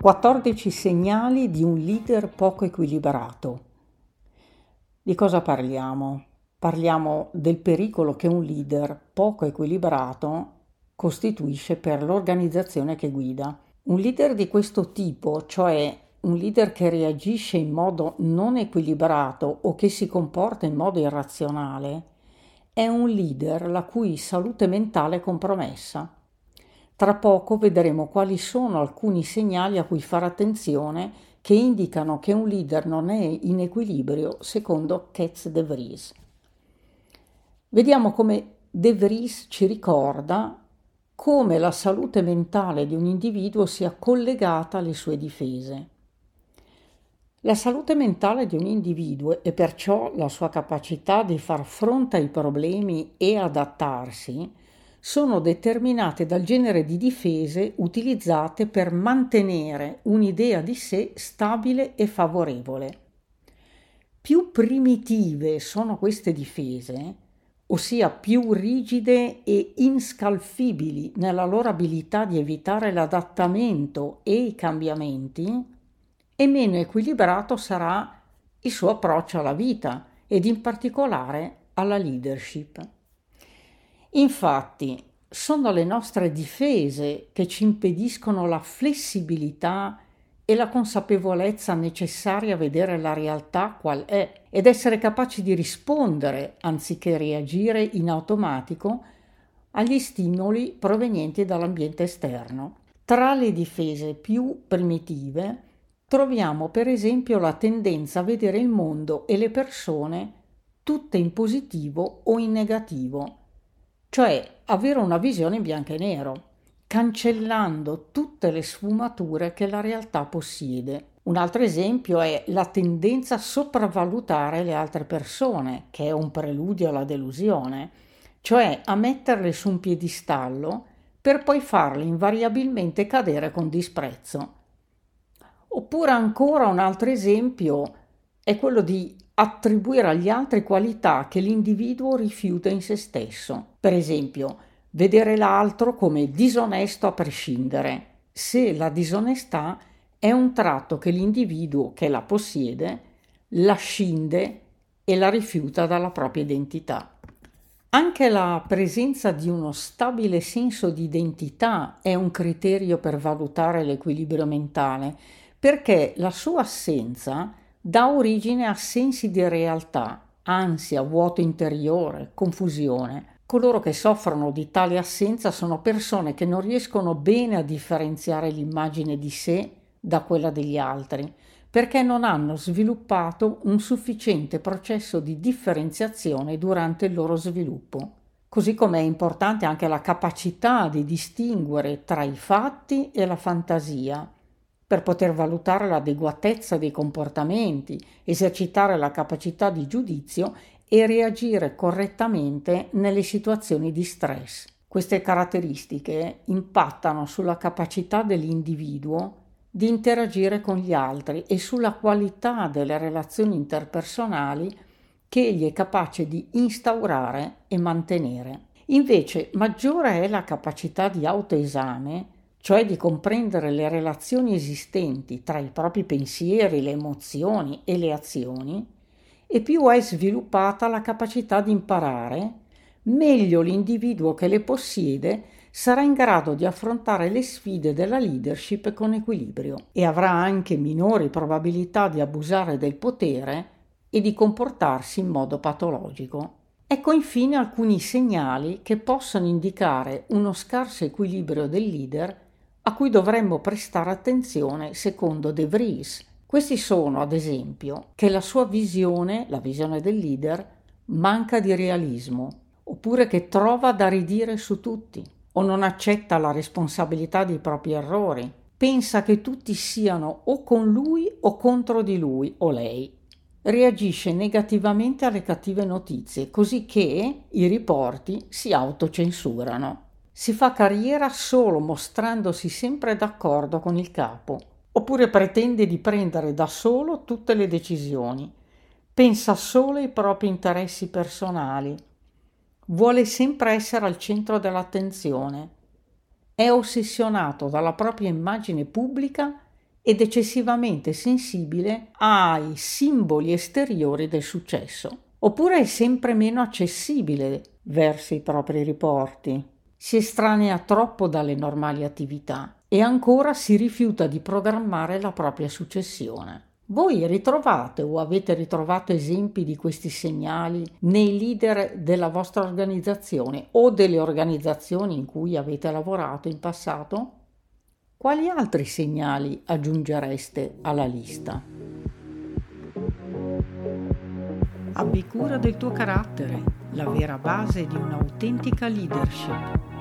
14 segnali di un leader poco equilibrato. Di cosa parliamo? Parliamo del pericolo che un leader poco equilibrato costituisce per l'organizzazione che guida. Un leader di questo tipo, cioè un leader che reagisce in modo non equilibrato o che si comporta in modo irrazionale, è un leader la cui salute mentale è compromessa. Tra poco vedremo quali sono alcuni segnali a cui fare attenzione che indicano che un leader non è in equilibrio secondo Katz De Vries. Vediamo come De Vries ci ricorda come la salute mentale di un individuo sia collegata alle sue difese. La salute mentale di un individuo e perciò la sua capacità di far fronte ai problemi e adattarsi sono determinate dal genere di difese utilizzate per mantenere un'idea di sé stabile e favorevole. Più primitive sono queste difese, ossia più rigide e inscalfibili nella loro abilità di evitare l'adattamento e i cambiamenti, e meno equilibrato sarà il suo approccio alla vita ed in particolare alla leadership. Infatti, sono le nostre difese che ci impediscono la flessibilità e la consapevolezza necessaria a vedere la realtà qual è ed essere capaci di rispondere, anziché reagire in automatico, agli stimoli provenienti dall'ambiente esterno. Tra le difese più primitive troviamo per esempio la tendenza a vedere il mondo e le persone tutte in positivo o in negativo, cioè avere una visione in bianco e nero, cancellando tutte le sfumature che la realtà possiede. Un altro esempio è la tendenza a sopravvalutare le altre persone, che è un preludio alla delusione, cioè a metterle su un piedistallo per poi farle invariabilmente cadere con disprezzo. Oppure ancora un altro esempio è quello di attribuire agli altri qualità che l'individuo rifiuta in se stesso. Per esempio, vedere l'altro come disonesto a prescindere, se la disonestà è un tratto che l'individuo che la possiede la scinde e la rifiuta dalla propria identità. Anche la presenza di uno stabile senso di identità è un criterio per valutare l'equilibrio mentale, perché la sua assenza dà origine a sensi di realtà, ansia, vuoto interiore, confusione. Coloro che soffrono di tale assenza sono persone che non riescono bene a differenziare l'immagine di sé da quella degli altri, perché non hanno sviluppato un sufficiente processo di differenziazione durante il loro sviluppo. Così come è importante anche la capacità di distinguere tra i fatti e la fantasia, per poter valutare l'adeguatezza dei comportamenti, esercitare la capacità di giudizio e reagire correttamente nelle situazioni di stress. Queste caratteristiche impattano sulla capacità dell'individuo di interagire con gli altri e sulla qualità delle relazioni interpersonali che egli è capace di instaurare e mantenere. Invece, maggiore è la capacità di autoesame, cioè di comprendere le relazioni esistenti tra i propri pensieri, le emozioni e le azioni, e più è sviluppata la capacità di imparare, meglio l'individuo che le possiede sarà in grado di affrontare le sfide della leadership con equilibrio e avrà anche minori probabilità di abusare del potere e di comportarsi in modo patologico. Ecco infine alcuni segnali che possono indicare uno scarso equilibrio del leader a cui dovremmo prestare attenzione secondo De Vries. Questi sono, ad esempio, che la sua visione, la visione del leader, manca di realismo, oppure che trova da ridire su tutti, o non accetta la responsabilità dei propri errori, pensa che tutti siano o con lui o contro di lui o lei. Reagisce negativamente alle cattive notizie, così che i riporti si autocensurano. Si fa carriera solo mostrandosi sempre d'accordo con il capo, oppure pretende di prendere da solo tutte le decisioni. Pensa solo ai propri interessi personali. Vuole sempre essere al centro dell'attenzione. È ossessionato dalla propria immagine pubblica ed eccessivamente sensibile ai simboli esteriori del successo. Oppure è sempre meno accessibile verso i propri riporti, si estranea troppo dalle normali attività e ancora si rifiuta di programmare la propria successione. Voi ritrovate o avete ritrovato esempi di questi segnali nei leader della vostra organizzazione o delle organizzazioni in cui avete lavorato in passato? Quali altri segnali aggiungereste alla lista? Abbi cura del tuo carattere, la vera base di un'autentica leadership.